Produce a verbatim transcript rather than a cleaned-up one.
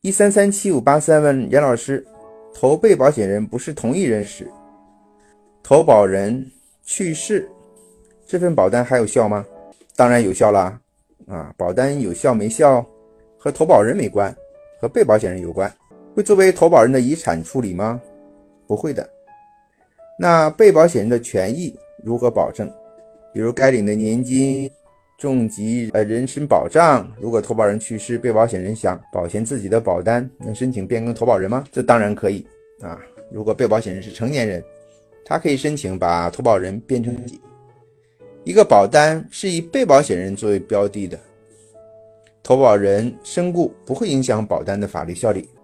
一三三七五八三问严老师，投被保险人不是同一人时，投保人去世，这份保单还有效吗？当然有效啦！啊，保单有效没效和投保人没关，和被保险人有关。会作为投保人的遗产处理吗？不会的。那被保险人的权益如何保证？比如该领的年金、重疾呃人身保障，如果投保人去世，被保险人想保全自己的保单，能申请变更投保人吗？这当然可以啊！如果被保险人是成年人，他可以申请把投保人变成自己。一个保单是以被保险人作为标的的，投保人身故不会影响保单的法律效力。